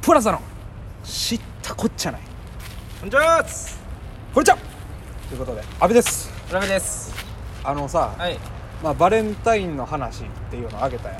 プラザの知ったこっちゃない。 こんにちは。 こんにちはということで阿部です。 ラメです。 さ、 はい。 バレンタインの話っていうのをあげたやん、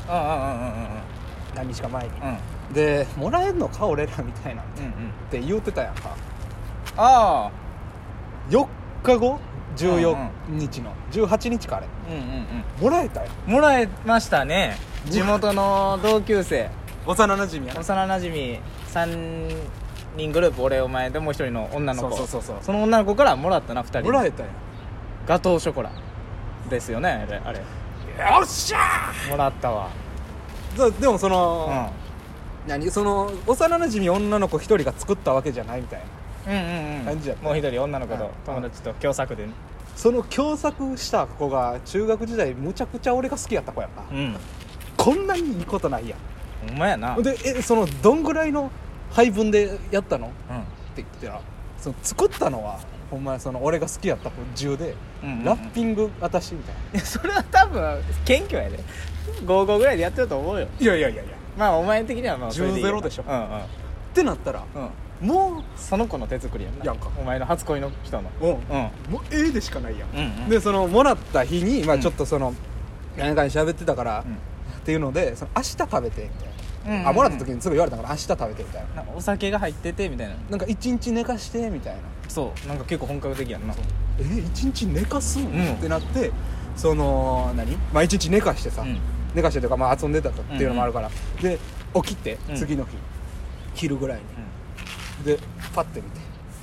何日か前に、でもらえんのか俺らみたいなって言うてたやんか。 あ 4日後14日の18日かあれ、もらえたやん。 もらえましたね。地元の同級生、 幼馴染やな。 幼馴染3人グループ、俺お前でもう一人の女の子。 そうその女の子からもらったな、2人もらえたやん。 ガトーショコラですよね、あれよっしゃもらったわ。 ー。でもその、その幼馴染女の子1人が作ったわけじゃないみたいな感じやった。 もう一人女の子と友達と共作でね。 その共作した子が中学時代むちゃくちゃ俺が好きやった子やんか。 うん、 こんなにいいことないやん。 ほんまやな。 でそのどんぐらいの配分でやったのってうん言ったら、その作ったのはほんまにその俺が好きやった子10で、ラッピング私みたいな。 いやそれは多分謙虚やで。55ぐらいでやってると思うよ。 いやまあお前的にはまあそれでいいよ。 10-0でしょ。 うんってなったら、もうその子の手作りやんな。 やんか。 お前の初恋の人の。 もうでしかないやん。 で、 でそのもらった日に、ちょっとその何かに喋ってたから、っていうので、その明日食べてみたいな、もらった時にすぐ言われたから明日食べてみたいな、 なんかお酒が入っててみたいな。 なんか1日寝かしてみたいな。 そうなんか結構本格的やんな。 1日寝かすん、 うんってなって、その1日寝かしてさ、寝かしてというか、遊んでたっていうのもあるから、で起きて次の日、昼ぐらいに、でパッて見て、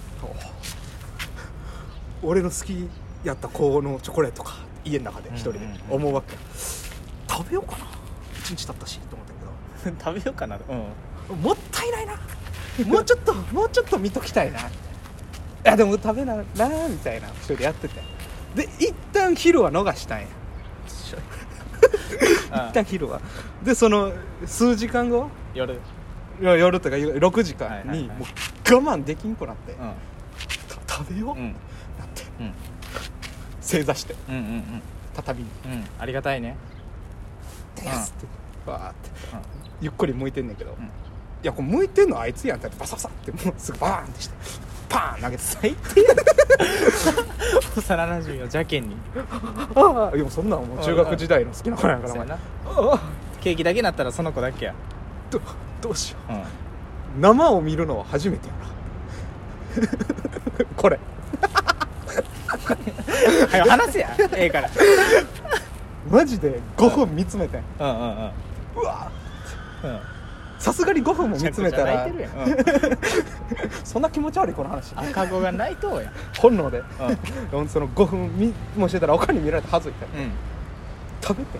俺の好きやった子のチョコレートか家の中で一人で思うわけ。食べようかな、1日経ったしと思ったけど食べようかな。 もったいないなもうちょっと見ときたいな。いやでも食べななみたいな一人でやってて、で一旦昼は逃したんや一旦昼は。でその数時間後、 夜とか6時間にもう我慢できんくなって、食べよう、なって、正座して、畳に、 ありがたいね。 ですってバーって、ゆっくり向いてんねんけど、いやこれ向いてんのあいつやんってバサバサってもうすぐバーンってしてパーン投げて、 最低や幼馴染を邪険に。 ああ、でもそんなんもう中学時代の好きな子なんやから、お前ケーキだけなったらその子だけや。 どうしよう、生を見るのは初めてやなこれはよ話せや。ええから。 マジで5分見つめてん。うわさすがに5分も見つめたら泣いてるやん。 そんな気持ち悪いこの話。 赤子が泣いとうやん。 本能で、その5分もしてたらおかんに見られてはずいから、食べて、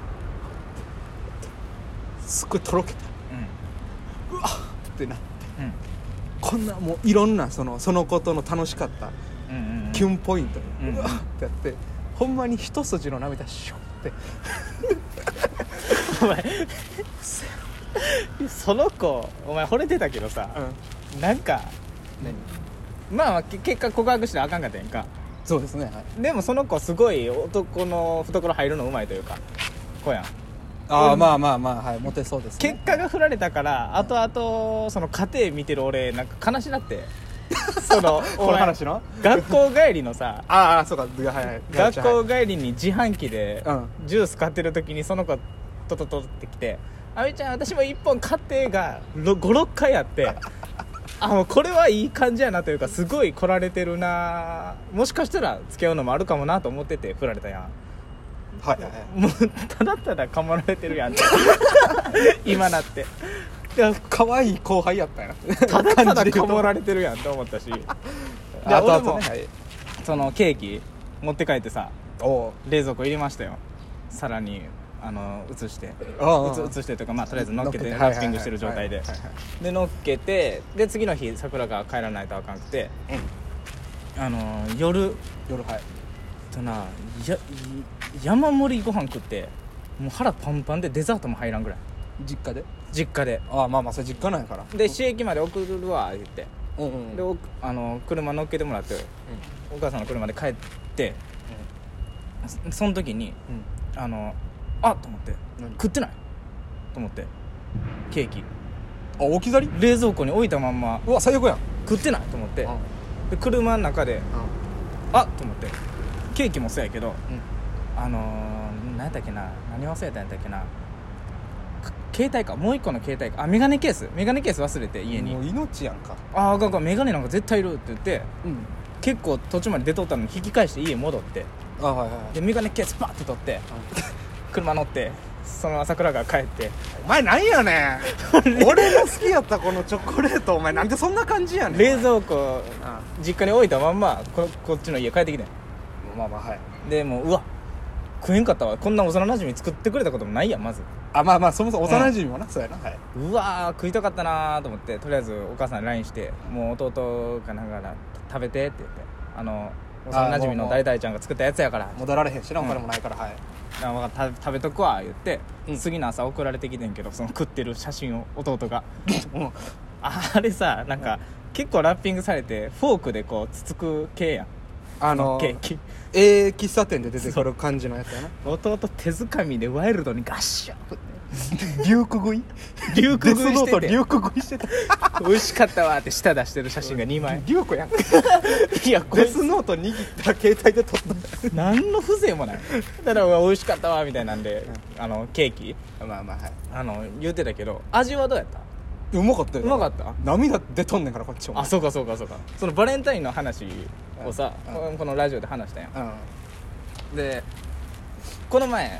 すっごいとろけた、うわっってなって、こんなもういろんなそのことの楽しかった、キュンポイントに、うわってやって、ほんまに一筋の涙シュッてお前その子お前惚れてたけどさ、なんかまあ結果告白してあかんかったやんか。 そうですね、 でもその子すごい男の懐入るのうまいというか子やん。 まあはい、モテそうですね。 結果が振られたから後々その家庭見てる俺なんか悲しなってそのこの話の学校帰りのさそうか、 学校帰りに自販機でジュース買ってる時にその子トトトってきて、あみちゃん私も1本買ってが 5,6 回あってもうこれはいい感じやなというか、すごい来られてるな、もしかしたら付き合うのもあるかもなと思ってて振られたやん。もうただただかまられてるやんって今なって。 可愛い後輩やったやん。 ただただかもられてるやんと思ったしで俺もそのケーキ持って帰ってさ、冷蔵庫入れましたよ。さらに移して移してというか、とりあえず乗っけてラッピングしてる状態で乗っけて、で次の日桜が帰らないとあかんくて、夜山盛りご飯食ってもう腹パンパンでデザートも入らんぐらい。 実家でそれ実家なんやから。 で市駅まで送るわ言って、で車乗っけてもらって、お母さんの車で帰って、その時に、と思って食ってないと思ってケーキ置き去り冷蔵庫に置いたまんまうわ最悪やん食ってないと思って、で車の中であっと思ってケーキもそうやけど、何やったっけな、何忘れたんやったっけな、携帯か、もう一個の携帯か、メガネケース忘れて家に、 もう命やんかあかんメガネなんか絶対いるって言って、結構途中まで出とったのに引き返して家戻って、 はいはい、 でメガネケースパッて取って、車乗ってその朝倉川帰って、 お前なんやねん俺の好きやったこのチョコレートお前なんでそんな感じやねん。 冷蔵庫実家に置いたまんまこっちの家帰ってきてん。 まあまあはい。 でもううわ食えんかったわ、こんな幼馴染作ってくれたこともないやんまず。 まあそもそも幼馴染もな、そうやな、はい、 うわ食いたかったなと思って、とりあえずお母さんに LINE して、もう弟かなんかが食べてって言って、幼馴染の誰々ちゃんが作ったやつやから戻られへんしな、お金もないから、はい、 食べとくわ言って、次の朝送られてきてんけど、その食ってる写真を弟があれさ、なんか、結構ラッピングされてフォークでこうつつく系やん、ケーキ喫茶店で出てくる感じのやつやな。 弟手づかみでワイルドにガッシャーリュウク食いリュウク食いしてて、 リュウク食いしてた美味しかったわって舌出してる写真が2枚。 リュウクやんいやデスノート握った携帯で撮った何の風情もない。ただ美味しかったわみたいなんで、ケーキまあはい言ってたけど、味はどうやった？ うまかったよ。 うまかった。 涙出とんねんからこっちも。 そうかそのバレンタインの話をさ、このラジオで話したやん、でこの前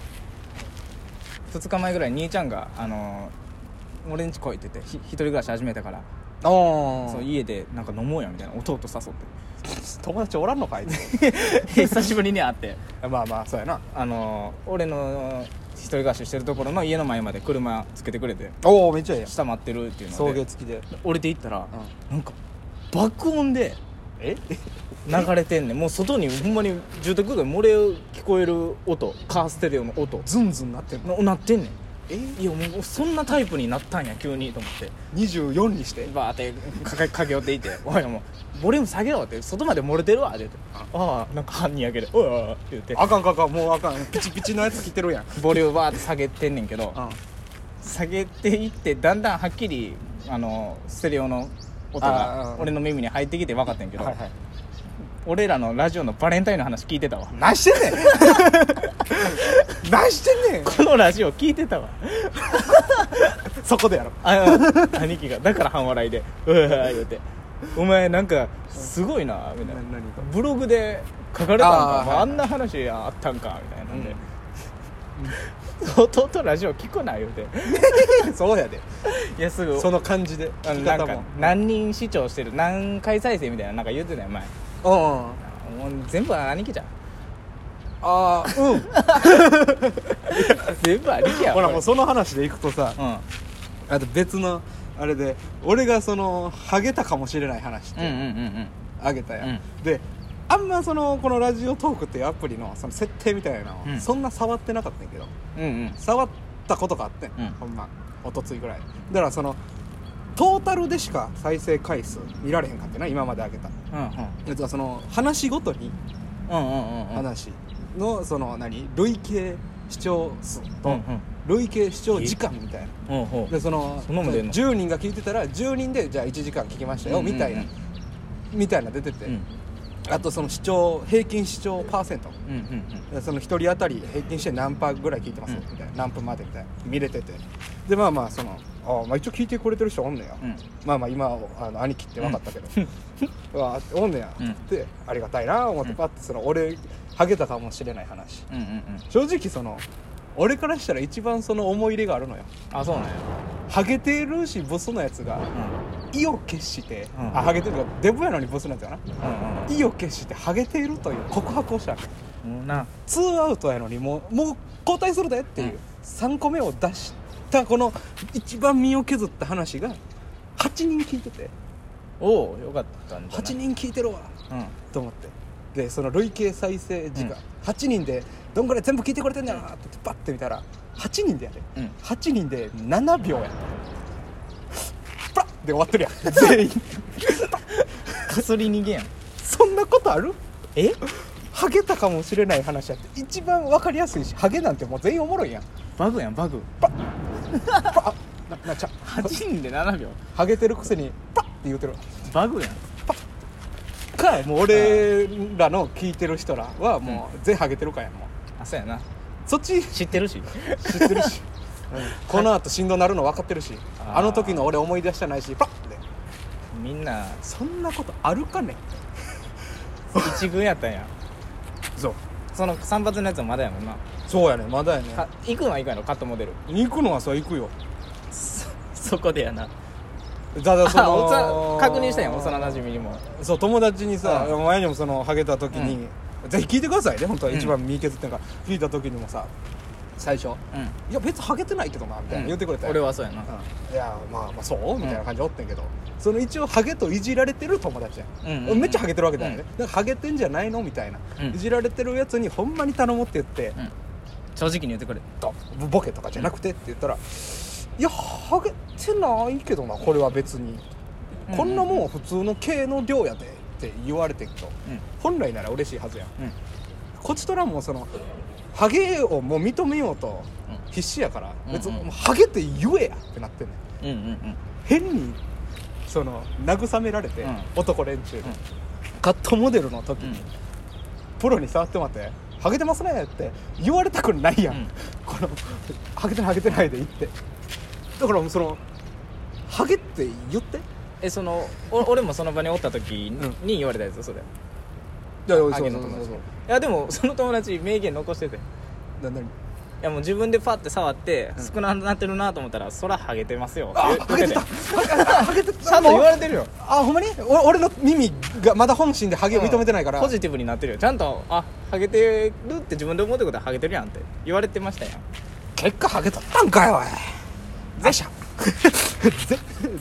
2日前ぐらい兄ちゃんが俺ん家来いって言って一人暮らし始めたから、そう家でなんか飲もうやみたいな、弟誘って友達おらんのかい久しぶりに会ってまあそうやな、 俺の一人暮らししてるところの家の前まで車つけてくれて、 めっちゃいいやん、 下待ってるっていうので送迎付きで降りて行ったら、なんか爆音で流れてんねん。もう外にほんまに住宅街漏れ聞こえる音、カーステレオの音ズンズンなってんのなってんねん。いやもうそんなタイプになったんや急にと思って、 24にしてバーって駆け寄っていておいもうボリューム下げろって、外まで漏れてるわって言って、なんか犯人やけどおいって言って、 あかんもうあかん、ピチピチのやつ着てるやんボリュームバーって下げてんねんけど、下げていってだんだんはっきりステレオの音が俺の耳に入ってきて分かったんやけど、俺らのラジオのバレンタインの話聞いてたわ。 何してんねん何してんねんこのラジオ聞いてたわそこでやろ兄貴がだから半笑いでうわー言うて、お前なんかすごいなみたいな、ブログで書かれたんか、あんな話あったんかみたいなんで、弟ラジオ聞くな言うてそうやで、 いやすぐその感じでなんか何人視聴してる何回再生みたいななんか言ってたよ前。もう全部兄貴じゃん。全部兄貴や。 ほらもうその話でいくとさ、あと別のあれで俺がそのハゲたかもしれない話ってあげたやん、であんまこのラジオトークっていうアプリのその設定みたいなのをそんな触ってなかったんやけど、触ったことがあってん、ほんまおとついぐらいだから、そのトータルでしか再生回数見られへんかってな、今まであげたやつはその話ごとに話のその累計視聴数と累計視聴時間みたいな、でその10人が聞いてたら10人でじゃあ1時間聞きましたよみたいな出てて、あとその平均視聴パーセント、その1人当たり平均して何パーぐらい聞いてますみたいな、何分までみたいな見れてて、でまあその一応聞いてくれてる人おんねや、まあ今兄貴って分かったけど、おんねやってありがたいな思って、パッてその俺ハゲたかもしれない話、正直その俺からしたら一番その思い入れがあるのよ。 そうなんや。 ハゲてるしブスのやつが意を決して、ハゲてるかデブやのにブスのやつやな、意を決してハゲているという告白をしたの。2アウトやのにもう交代するでっていう3個目を出したこの一番身を削った話が8人聞いてて、 よかったんじゃない？ 8人聞いてるわ、と思って、でその累計再生時間、8人でどんぐらい全部聞いてくれてんだよなってパッて見たら8人でやで、8人で7秒やパッで終わってるやん全員かすり逃げやん。 そんなことある？ハゲたかもしれない話やって一番分かりやすいし、ハゲなんてもう全員おもろいやん。 バグやんバグ。 8人で7秒ハゲてるくせにパッって言うてるバグやんかもう俺らの聞いてる人らはもう全ハゲてるかやんもうあそうやなそっち知ってるし知ってるし、この後しんどなるの分かってるしあの時の俺思い出したないしパッてみんなそんなことあるかね一軍やったんやそうその散髪のやつはまだやもんなそうやねまだやね行くのは行くやろカットモデル行くのはさ行くよそこでやなただその確認したんや幼馴染にもそう友達にさうん前にもそのハゲた時に、ぜひ聞いてくださいね本当は一番身削ってんから、聞いた時にもさ最初、いや別にハゲてないけどなみたいな言ってくれたよ、 俺はそうやな、 いやまあそうみたいな感じでおってんけど、その一応ハゲといじられてる友達やん、めっちゃハゲてるわけだよね、だからハゲてんじゃないのみたいな、いじられてるやつにほんまに頼もうって言って、 正直に言ってくれとボケとかじゃなくてって言ったら、いやハゲてないけどなこれは別に、こんなもん普通の毛の量やでって言われてんけど、本来なら嬉しいはずやん、こっちとらもうそのハゲをもう認めようと必死やから、別にもうハゲって言えやってなってんね、変にその慰められて、男連中で、カットモデルの時に、プロに触ってもらってハゲてますねって言われたくないやん、このハゲてないハゲてないで言って、だからもうそのハゲって言ってその俺もその場におった時に言われたやつそれ、 いやそういやでもその友達名言残してて、 何いやもう自分でパッて触って少なくなってるなと思ったらそらハゲてますよハゲてたハゲてたちゃんと言われてるよ。 ほんまに俺の耳がまだ本心でハゲを認めてないから、 ポジティブになってるよちゃんと。ハゲてるって自分で思ってることはハゲてるやんって言われてましたやん。 結果ハゲとったんかよおいぜっしゃ